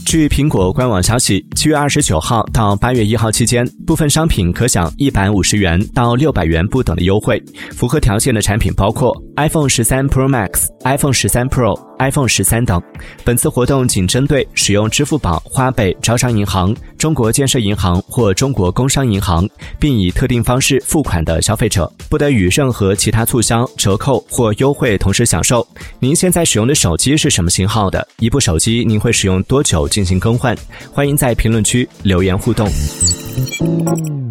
据苹果官网消息，7月29号到8月1号期间，部分商品可享150元到600元不等的优惠。符合条件的产品包括 iPhone 13 Pro Max、iPhone 13 Pro、iPhone 13等。本次活动仅针对使用支付宝、花呗、招商银行、中国建设银行或中国工商银行，并以特定方式付款的消费者，不得与任何其他促销、折扣或优惠同时享受。您现在使用的手机是什么型号的？一部手机您会使用多久进行更换？欢迎在评论区留言互动。